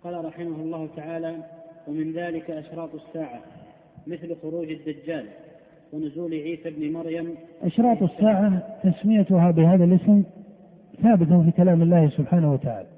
قال رحمه الله تعالى: ومن ذلك أشراط الساعة مثل خروج الدجال ونزول عيسى بن مريم. أشراط الساعة تسميتها بهذا الاسم ثابت في كلام الله سبحانه وتعالى،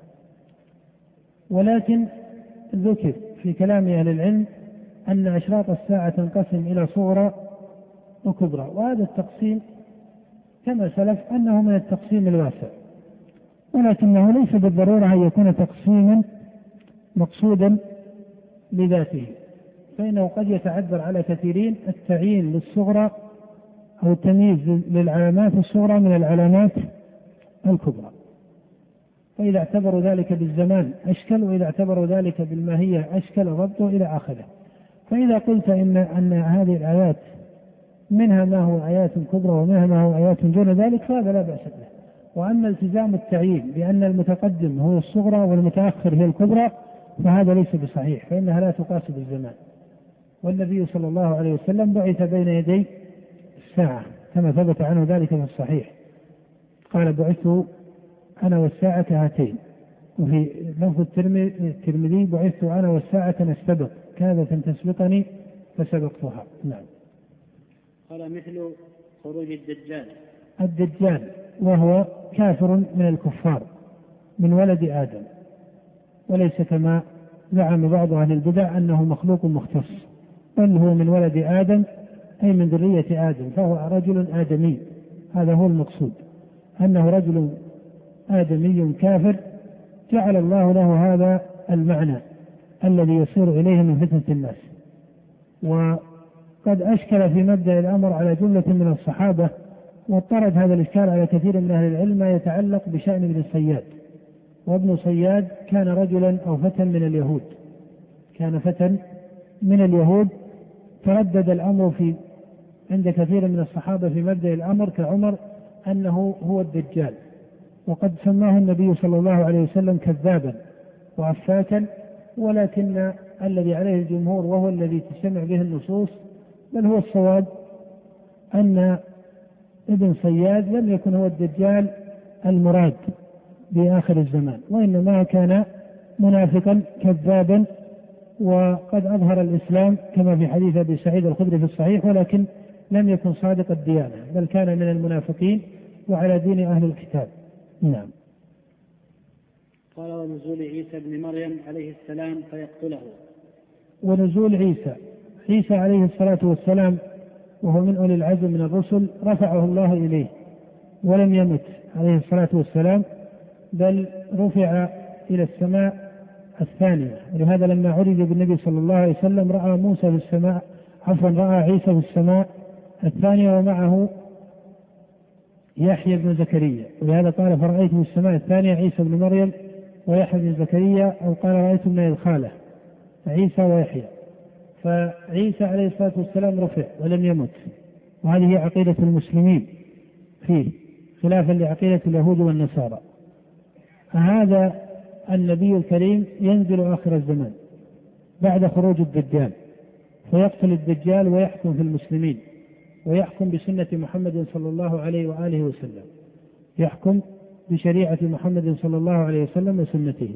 ولكن ذكر في كلام أهل العلم أن أشراط الساعة تنقسم إلى صغرى وكبرى، وهذا التقسيم كما سلف أنه من التقسيم الواسع، ولكنه ليس بالضرورة أن يكون تقسيما مقصودا لذاته، فإنه قد يتعذر على كثيرين التعيين للصغرى أو التمييز للعلامات الصغرى من العلامات الكبرى، فإذا اعتبروا ذلك بالزمان أشكل، وإذا اعتبروا ذلك بالماهية أشكل ضبطه إلى آخره. فإذا قلت أن هذه الآيات منها ما هو آيات كبرى ومنها ما هو آيات دون ذلك فهذا لا بأس به. وأما التزام التعيين بأن المتقدم هو الصغرى والمتأخر هي الكبرى فهذا ليس بصحيح، فإنها لا تقاس بالزمان. والنبي صلى الله عليه وسلم بعث بين يدي الساعة كما ثبت عنه ذلك في الصحيح، قال: بعثت أنا والساعة كهاتين. وفي لفظ الترمذي: بعثت أنا والساعة نستبق، كادت تسبقني فسبقتها. نعم. قال: مثل خروج الدجال وهو كافر من الكفار من ولد آدم، وليس كما زعم بعض أهل البدع أنه مخلوق مختص، بل هو من ولد آدم أي من ذرية آدم، فهو رجل آدمي. هذا هو المقصود، أنه رجل آدمي كافر جعل الله له هذا المعنى الذي يصير إليه من فتنة الناس. وقد أشكل في مبدأ الأمر على جملة من الصحابة، واضطرد هذا الإشكال على كثير من أهل العلم ما يتعلق بشأن ابن صياد. وابن صياد كان رجلا أو فتى من اليهود، كان فتى من اليهود، تردد الأمر عند كثير من الصحابة في مبدأ الأمر كعمر أنه هو الدجال، وقد سماه النبي صلى الله عليه وسلم كذابا وعفاكا، ولكن الذي عليه الجمهور وهو الذي تجتمع به النصوص بل هو الصواب أن ابن صياد لم يكن هو الدجال المراد بآخر الزمان، وإنما كان منافقا كذابا، وقد أظهر الإسلام كما في حديث أبي سعيد الخدري في الصحيح، ولكن لم يكن صادق الديانة، بل كان من المنافقين وعلى دين أهل الكتاب. نعم. قال: ونزول عيسى بن مريم عليه السلام فيقتله. ونزول عيسى عليه الصلاة والسلام وهو من أولي العزم من الرسل، رفعه الله إليه ولم يمت عليه الصلاة والسلام، بل رفع إلى السماء الثانية. ولهذا لما عرج بالنبي صلى الله عليه وسلم رأى موسى في السماء، رأى عيسى في السماء الثانية ومعه يحيى بن زكريا، ولهذا قال: فرأيت في السماء الثانية عيسى بن مريم ويحيى بن زكريا، أو قال: رأيت من الخالة عيسى ويحيى. فعيسى عليه الصلاة والسلام رفع ولم يمت، وهذه عقيدة المسلمين فيه خلافا لعقيدة اليهود والنصارى. هذا النبي الكريم ينزل آخر الزمان بعد خروج الدجال، فيقتل الدجال ويحكم في المسلمين، ويحكم بسنة محمد صلى الله عليه وآله وسلم، يحكم بشريعة محمد صلى الله عليه وسلم وسنته،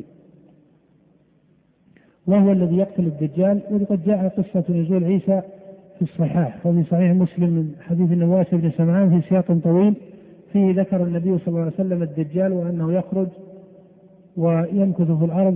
وهو الذي يقتل الدجال. وقد جاء قصة نزول عيسى في الصحاح، وفي صحيح مسلم من حديث النواس بن سمعان في سياق طويل فيه ذكر النبي صلى الله عليه وسلم الدجال، وأنه يخرج ويمكث في الأرض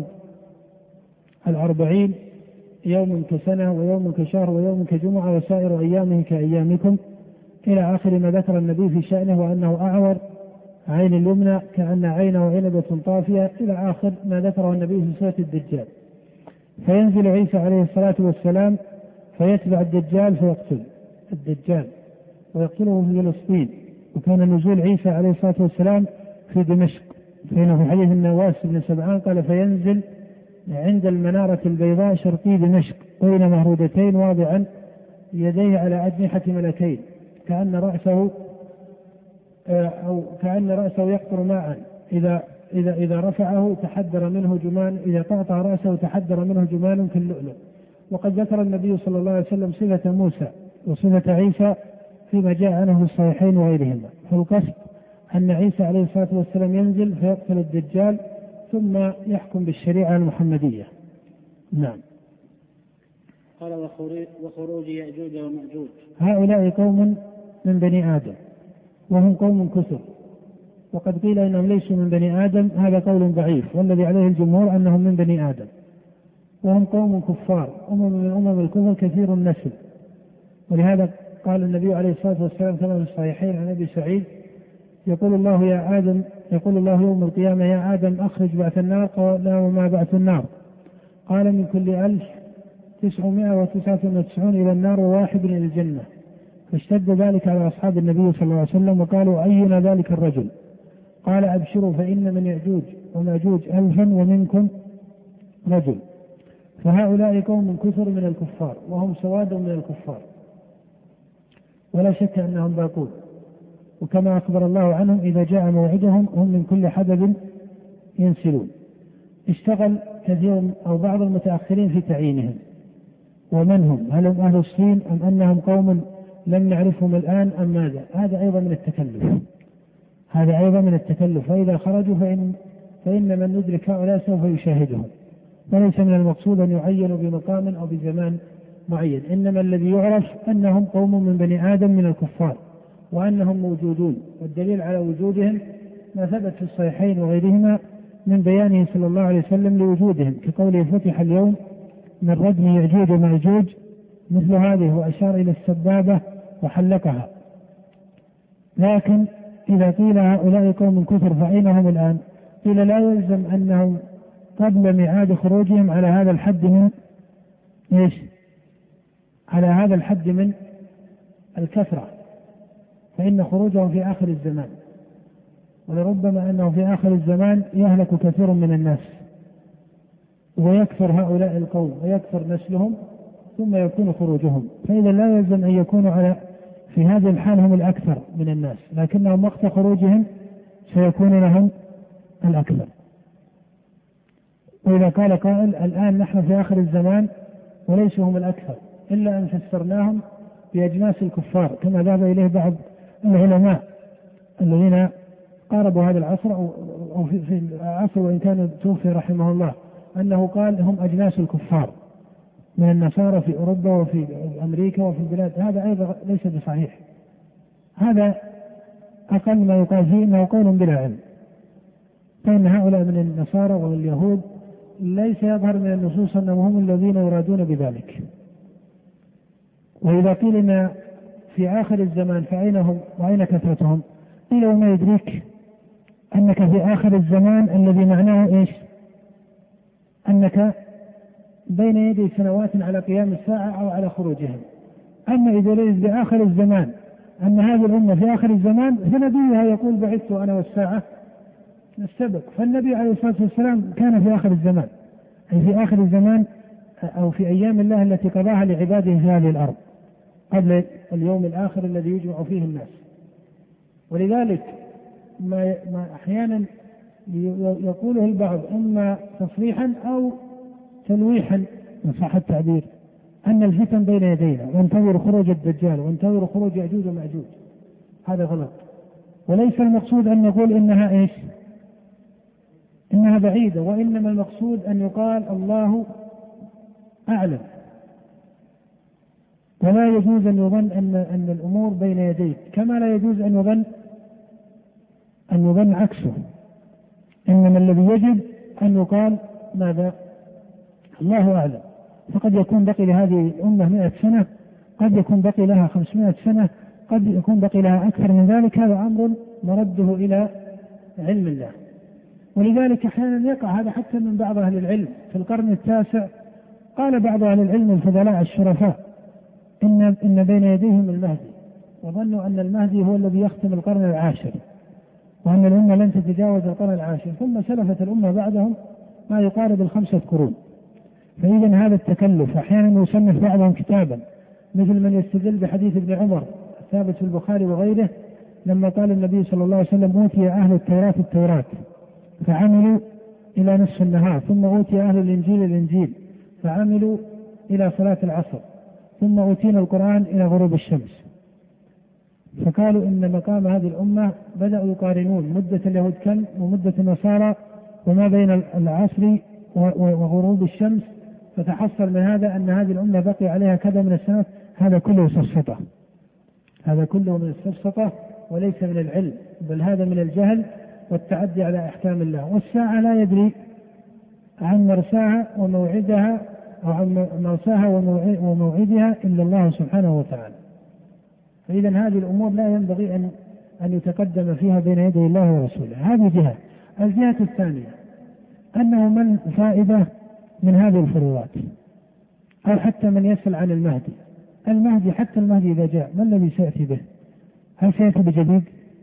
40 يوم كسنة ويوم كشهر ويوم كجمعة وسائر أيامه كأيامكم، إلى آخر ما ذكر النبي في شأنه، وأنه أعور عين اليمنى كأن عينه عنبة طافية، إلى آخر ما ذكره النبي في سورة الدجال. فينزل عيسى عليه الصلاة والسلام فيتبع الدجال فيقتل الدجال ويقتله في فلسطين. وكان نزول عيسى عليه الصلاة والسلام في دمشق، فإنه في حديث النواس بن سمعان قال: فينزل عند المنارة البيضاء شرقي دمشق بين مهرودتين واضعا يديه على أجنحة ملكين كأن رأسه يقطر ماء، إذا رفعه تحدر منه جمان، إذا قطع رأسه تحدر منه جمان كاللؤلؤ. وقد ذكر النبي صلى الله عليه وسلم صفة موسى وصفة عيسى فيما جاء عنه في الصحيحين وغيرهما. فالقصد أن عيسى عليه الصلاة والسلام ينزل فيقتل الدجال ثم يحكم بالشريعة المحمدية، نعم. قال وخروج يأجوج ومأجوج. هؤلاء قوم من بني آدم وهم قوم كثر، وقد قيل إنهم ليسوا من بني آدم، هذا قول ضعيف، والذي عليه الجمهور أنهم من بني آدم، وهم قوم كفار، من أمم الكفر كثير النسل. ولهذا قال النبي عليه الصلاة والسلام كما في الصحيحين عن أبي سعيد يقول الله يوم القيامة يا آدم أخرج بعث النار، قال وما بعث النار؟ قال من كل 1999 إلى النار وواحد إلى الجنة. فاشتد ذلك على أصحاب النبي صلى الله عليه وسلم وقالوا أينا ذلك الرجل؟ قال أبشروا فإن من يأجوج ومأجوج 1000 ومنكم رجل. فهؤلاء قوم كثر من الكفار وهم سواد من الكفار، ولا شك أنهم باقون، وكما أخبر الله عنهم إذا جاء موعدهم هم من كل حدب ينسلون. اشتغل كثير أو بعض المتأخرين في تعيينهم، ومن هم؟ هل هم أهل الصين أم أنهم قوم لم نعرفهم الآن أم ماذا؟ هذا أيضا من التكلف، فإذا خرجوا فإن من ندرك هؤلاء سوف يشاهدهم، وليس من المقصود أن يعينوا بمقام أو بزمان معين، إنما الذي يعرف أنهم قوم من بني آدم من الكفار وأنهم موجودون، والدليل على وجودهم ما ثبت في الصحيحين وغيرهما من بيانه صلى الله عليه وسلم لوجودهم، كقوله فتح اليوم من ردم يأجوج ومأجوج مثل هذه، وأشار إلى السبابة وحلقها. لكن إذا قيل هؤلاء قوم كثر فأين هم الآن؟ قيل لا يلزم أنهم قبل ميعاد خروجهم على هذا الحد من على هذا الحد من الكثرة، فإن خروجهم في آخر الزمان، ولربما أنه في آخر الزمان يهلك كثير من الناس ويكثر هؤلاء القوم ويكثر نسلهم ثم يكون خروجهم، فإذا لا يلزم أن يكونوا في هذه الحال هم الأكثر من الناس، لكنهم وقت خروجهم سيكون لهم الأكثر. وإذا قال قائل الآن نحن في آخر الزمان وليسوا هم الأكثر، إلا أن فسرناهم بأجناس الكفار كما ذهب إليه بعض العلماء الذين قاربوا هذا العصر أو في العصر وإن كان توفي رحمه الله، أنه قال هم أجناس الكفار من النصارى في أوروبا وفي أمريكا وفي البلاد. هذا أيضا ليس بصحيح، هذا أقل ما يقال فيه إنه قول بلا علم، فإن هؤلاء من النصارى واليهود ليس يظهر من النصوص أنهم هم الذين يرادون بذلك. وإذا قيل إن في آخر الزمان فأين هم وأين كثرتهم؟ قيل وما يدريك أنك في آخر الزمان الذي معناه أنك بين يدي سنوات على قيام الساعة أو على خروجهم. أما إذا ليس بآخر الزمان أن هذه الأمة في آخر الزمان فنبيها يقول بعثت أنا والساعة نستبق، فالنبي عليه الصلاة والسلام كان في آخر الزمان، أي في آخر الزمان أو في أيام الله التي قضاها لعباده في هذه الأرض قبل اليوم الآخر الذي يجمع فيه الناس. ولذلك ما أحيانا يقوله البعض إما تصريحا أو تلويحا إن صح التعبير أن الفتن بين يدينا وانتظروا خروج الدجال وانتظروا خروج يأجوج ومأجوج، هذا غلط. وليس المقصود أن نقول إنها إنها بعيدة، وإنما المقصود أن يقال الله أعلم، ولا يجوز أن يظن أن الأمور بين يديك، كما لا يجوز أن يظن عكسه. إنما الذي يجب أن يقال ماذا؟ الله أعلم. فقد يكون بقي لهذه الأمة 100 سنة، قد يكون بقي لها 500 سنة، قد يكون بقي لها أكثر من ذلك، هذا أمر مرده إلى علم الله. ولذلك أحيانا يقع هذا حتى من بعض أهل العلم. في القرن التاسع قال بعض أهل العلم الفضلاء الشرفاء إن بين يديهم المهدي، وظنوا أن المهدي هو الذي يختم القرن العاشر، وأن الأمة لن تتجاوز القرن العاشر، ثم سلفت الأمة بعدهم ما يقارب 5 قرون. فإذا هذا التكلف أحيانا يصنف بعضهم كتابا، مثل من يستدل بحديث ابن عمر الثابت في البخاري وغيره لما قال النبي صلى الله عليه وسلم أوتي أهل التوراة فعملوا إلى نصف النهار، ثم أوتي أهل الإنجيل فعملوا إلى صلاة العصر، ثم أوتينا القرآن إلى غروب الشمس. فقالوا إن مقام هذه الأمة بدأوا يقارنون مدة اليهود ومدة النصارى وما بين العصر وغروب الشمس فتحصل من هذا أن هذه الأمة بقي عليها كذا من السنوات. هذا كله سفسطة، هذا كله من السفسطة وليس من العلم، بل هذا من الجهل والتعدي على أحكام الله. والساعة لا يدري عن مرساها وموعدها أو عن مرساها وموعدها إلا الله سبحانه وتعالى. فإذا هذه الأمور لا ينبغي أن يتقدم فيها بين يدي الله ورسوله. هذه جهة. الجهة الثانية أنه من فائدة من هذه الفروضات، أو حتى من يسأل عن المهدي حتى المهدي إذا جاء ما الذي سيأتي به؟ هل سيأتي بجديد؟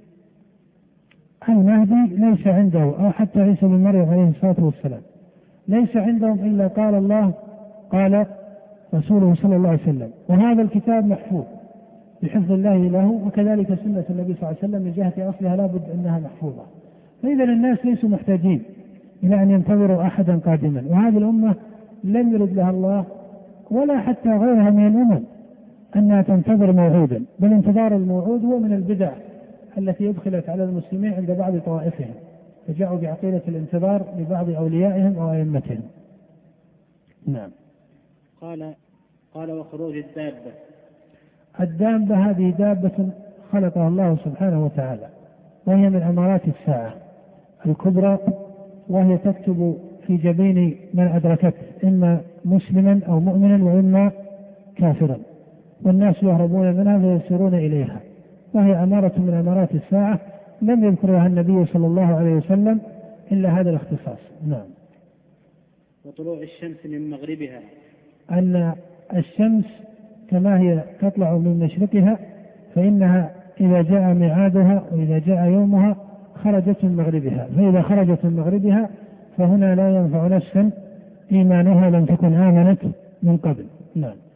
المهدي ليس عنده، أو حتى عيسى بن مريم عليه الصلاة والسلام ليس عندهم إلا قال الله قال رسوله صلى الله عليه وسلم، وهذا الكتاب محفوظ بحفظ الله له، وكذلك سنة النبي صلى الله عليه وسلم من جهة أصلها لا بد أنها محفوظة. فإذا الناس ليسوا محتاجين إلى أن ينتظروا أحدا قادما، وهذه الأمة لم يرد لها الله ولا حتى غيرها من الأمم أنها تنتظر موعودا، بل انتظار الموعود هو من البدع التي أدخلت على المسلمين عند بعض طوائفهم، فجاءوا بعقيدة الانتظار لبعض أوليائهم أو أئمتهم. نعم. قال وخروج الدابة هذه دابة خلقها الله سبحانه وتعالى، وهي من أمارات الساعة الكبرى، وهي تكتب في جبين من أدركت إما مسلما أو مؤمنا وإما كافرا، والناس يهربون منها ويسيرون إليها، وهي أمارة من أمارات الساعة لم يذكرها النبي صلى الله عليه وسلم إلا هذا الاختصاص. نعم. وطلوع الشمس من مغربها، أن الشمس كما هي تطلع من مشرقها فإنها إذا جاء ميعادها وإذا جاء يومها خرجت من مغربها، فإذا خرجت من مغربها فهنا لا ينفع نفسا إيمانها لم تكن آمنت من قبل. نعم.